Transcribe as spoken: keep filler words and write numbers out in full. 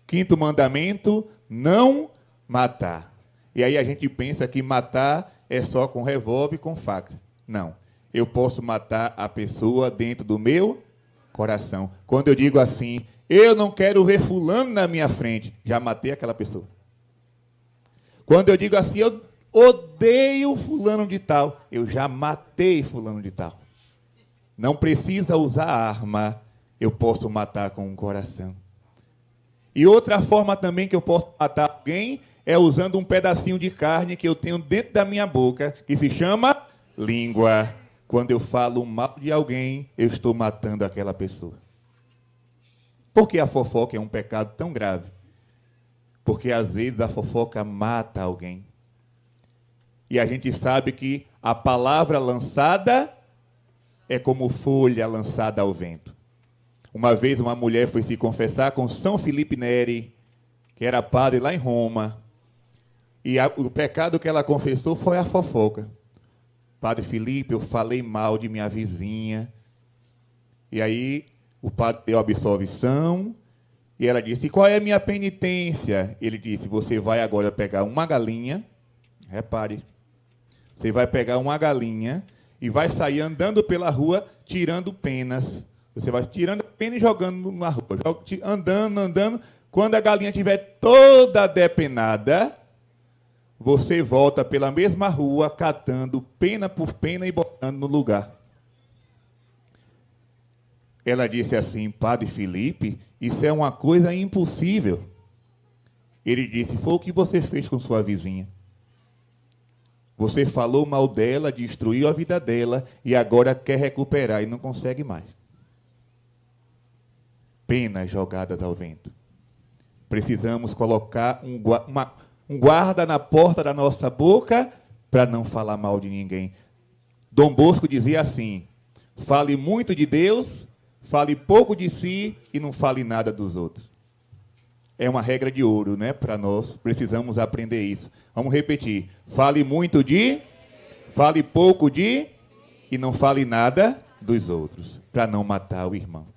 Quinto mandamento, não matar. E aí a gente pensa que matar é só com revólver e com faca. Não. Eu posso matar a pessoa dentro do meu coração. Quando eu digo assim, eu não quero ver fulano na minha frente, já matei aquela pessoa. Quando eu digo assim, eu odeio fulano de tal, eu já matei fulano de tal. Não precisa usar arma, eu posso matar com o coração. E outra forma também que eu posso matar alguém é usando um pedacinho de carne que eu tenho dentro da minha boca, que se chama língua. Quando eu falo mal de alguém, eu estou matando aquela pessoa. Por que a fofoca é um pecado tão grave? Porque às vezes a fofoca mata alguém. E a gente sabe que a palavra lançada é como folha lançada ao vento. Uma vez uma mulher foi se confessar com São Filipe Neri, que era padre lá em Roma. E a, o pecado que ela confessou foi a fofoca. Padre Filipe, eu falei mal de minha vizinha. E aí o padre deu absolvição. E ela disse, qual é a minha penitência? Ele disse, você vai agora pegar uma galinha. Repare. Você vai pegar uma galinha e vai sair andando pela rua tirando penas. Você vai tirando pena e jogando na rua. Andando, andando. Quando a galinha estiver toda depenada, você volta pela mesma rua, catando pena por pena e botando no lugar. Ela disse assim, Padre Filipe, isso é uma coisa impossível. Ele disse, foi o que você fez com sua vizinha. Você falou mal dela, destruiu a vida dela e agora quer recuperar e não consegue mais. Penas jogadas ao vento. Precisamos colocar um, uma, um guarda na porta da nossa boca para não falar mal de ninguém. Dom Bosco dizia assim, fale muito de Deus, fale pouco de si e não fale nada dos outros. É uma regra de ouro, né? Para nós, precisamos aprender isso. Vamos repetir. Fale muito de, fale pouco de e não fale nada dos outros, para não matar o irmão.